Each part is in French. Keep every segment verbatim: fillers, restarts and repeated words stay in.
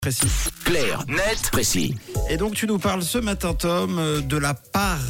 Précis. Clair, net, précis. Et donc tu nous parles ce matin, Tom, de la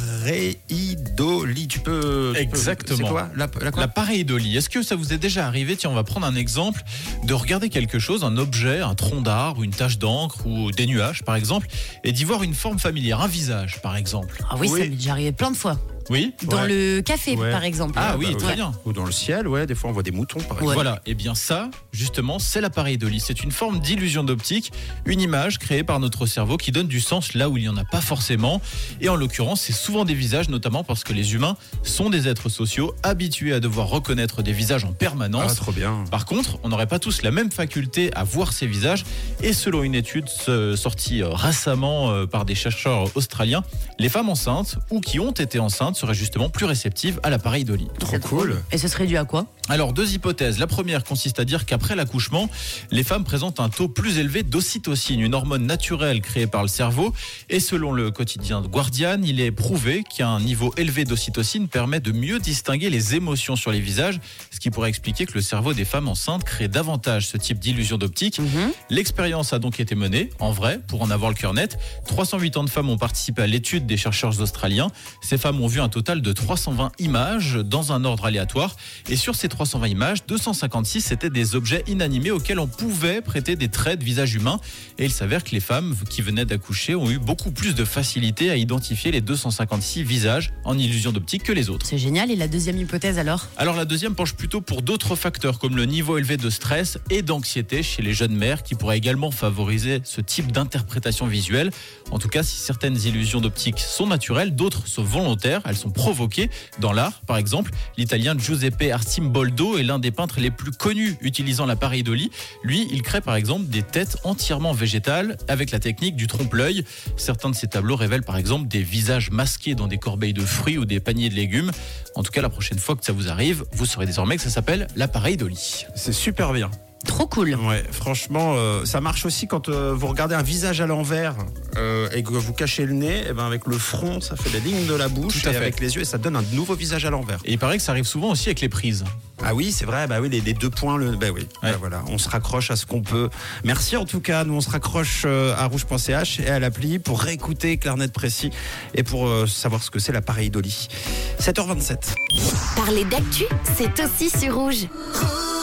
pareidolie. Tu peux... Exactement. C'est quoi la, la, quoi la pareidolie. Est-ce que ça vous est déjà arrivé? Tiens, on va prendre un exemple de regarder quelque chose, un objet, un tronc d'arbre, ou une tache d'encre ou des nuages par exemple, et d'y voir une forme familière, un visage par exemple. Ah oui, Oui. ça m'est déjà arrivé plein de fois. Oui. Dans Ouais. le café, Ouais. par exemple. Ah oui, bah, très ouais. bien. Ou dans le ciel, ouais, des fois on voit des moutons par exemple. Ouais. Voilà, et bien ça, justement, c'est la pareidolie. C'est une forme d'illusion d'optique, une image créée par notre cerveau qui donne du sens là où il n'y en a pas forcément. Et en l'occurrence, c'est souvent des visages, notamment parce que les humains sont des êtres sociaux, habitués à devoir reconnaître des visages en Ah, permanence. trop bien. Par contre, on n'aurait pas tous la même faculté à voir ces visages. Et selon une étude euh, sortie euh, récemment euh, par des chercheurs australiens, les femmes enceintes ou qui ont été enceintes seraient justement plus réceptives à la pareidolie. Trop cool. Et ce serait dû à quoi? Alors, deux hypothèses. La première consiste à dire qu'après l'accouchement, les femmes présentent un taux plus élevé d'ocytocine, une hormone naturelle créée par le cerveau. Et selon le quotidien Guardian, il est prouvé qu'un niveau élevé d'ocytocine permet de mieux distinguer les émotions sur les visages, ce qui pourrait expliquer que le cerveau des femmes enceintes crée davantage ce type d'illusion d'optique. Mhm. L'expérience a donc été menée, en vrai, pour en avoir le cœur net. trois cent huit femmes ont participé à l'étude des chercheurs australiens. Ces femmes ont vu un total de trois cent vingt images dans un ordre aléatoire. Et sur ces trois cent vingt images, deux cent cinquante-six c'était des objets inanimés auxquels on pouvait prêter des traits de visage humain. Et il s'avère que les femmes qui venaient d'accoucher ont eu beaucoup plus de facilité à identifier les deux cent cinquante-six visages en illusion d'optique que les autres. C'est génial. Et la deuxième hypothèse alors? Alors la deuxième penche plutôt pour d'autres facteurs comme le niveau élevé de stress et d'anxiété chez les jeunes mères qui pourraient également favoriser ce type d'interprétation visuelle. En tout cas, si certaines illusions d'optique sont naturelles, d'autres sont volontaires, elles sont provoquées dans l'art. Par exemple, l'italien Giuseppe Arcimboldo est l'un des peintres les plus connus utilisant la pareidolie. Lui, il crée par exemple des têtes entièrement végétales avec la technique du trompe-l'œil. Certains de ses tableaux révèlent par exemple des visages masqués dans des corbeilles de fruits ou des paniers de légumes. En tout cas, la prochaine fois que ça vous arrive, vous saurez désormais que ça s'appelle la pareidolie. C'est super bien. Trop cool. Ouais, franchement, euh, ça marche aussi quand euh, vous regardez un visage à l'envers euh, et que vous cachez le nez. Et ben avec le front, ça fait les lignes de la bouche Tout à et fait. avec les yeux, et ça donne un nouveau visage à l'envers. Et il paraît que ça arrive souvent aussi avec les prises. Ah oui, c'est vrai. Bah oui, les, les deux points. Le, bah oui. Ouais. Bah voilà, on se raccroche à ce qu'on peut. Merci en tout cas. Nous, on se raccroche euh, à rouge point c h et à l'appli pour réécouter Clarnet Précis et pour euh, savoir ce que c'est la pareidolie. sept heures vingt-sept. Parler d'actu, c'est aussi sur Rouge.